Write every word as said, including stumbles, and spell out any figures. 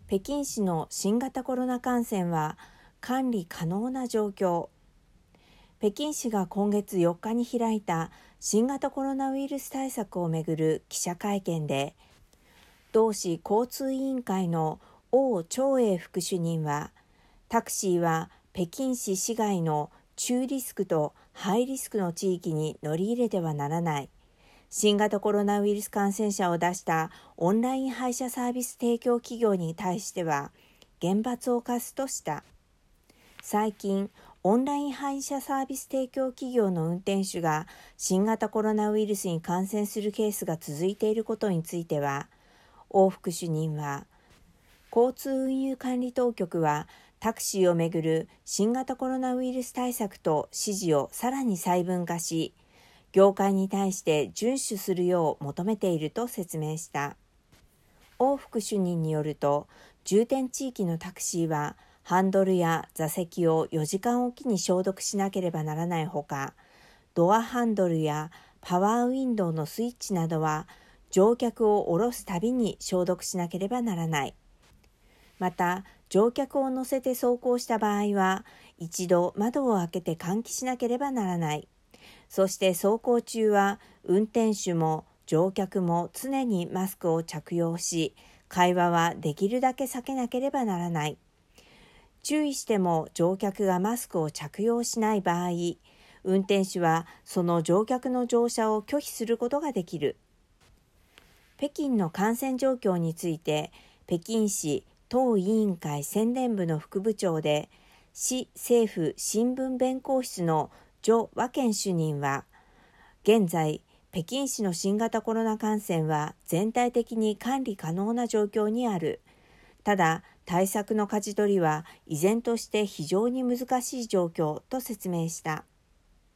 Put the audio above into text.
北京市の新型コロナ感染は管理可能な状況。北京市が今月よっかに開いた新型コロナウイルス対策をめぐる記者会見で、同市交通委員会の王長英副主任は、タクシーは北京市市外の中リスクとハイリスクの地域に乗り入れてはならない。新型コロナウイルス感染者を出したオンライン配車サービス提供企業に対しては厳罰を科すとした。最近、オンライン配車サービス提供企業の運転手が新型コロナウイルスに感染するケースが続いていることについては、王副主任は、交通運輸管理当局はタクシーをめぐる新型コロナウイルス対策と指示をさらに細分化し、業界に対して遵守するよう求めていると説明した。王副主任によると、重点地域のタクシーはハンドルや座席をよじかんおきに消毒しなければならないほか、ドアハンドルやパワーウィンドウのスイッチなどは乗客を降ろすたびに消毒しなければならない。また、乗客を乗せて走行した場合は、一度窓を開けて換気しなければならない。そして走行中は運転手も乗客も常にマスクを着用し、会話はできるだけ避けなければならない。注意しても乗客がマスクを着用しない場合、運転手はその乗客の乗車を拒否することができる。北京の感染状況について、北京市党委員会宣伝部の副部長で、市政府新聞弁公室の徐和健主任は、現在、北京市の新型コロナ感染は全体的に管理可能な状況にある。ただ、対策の舵取りは依然として非常に難しい状況と説明した。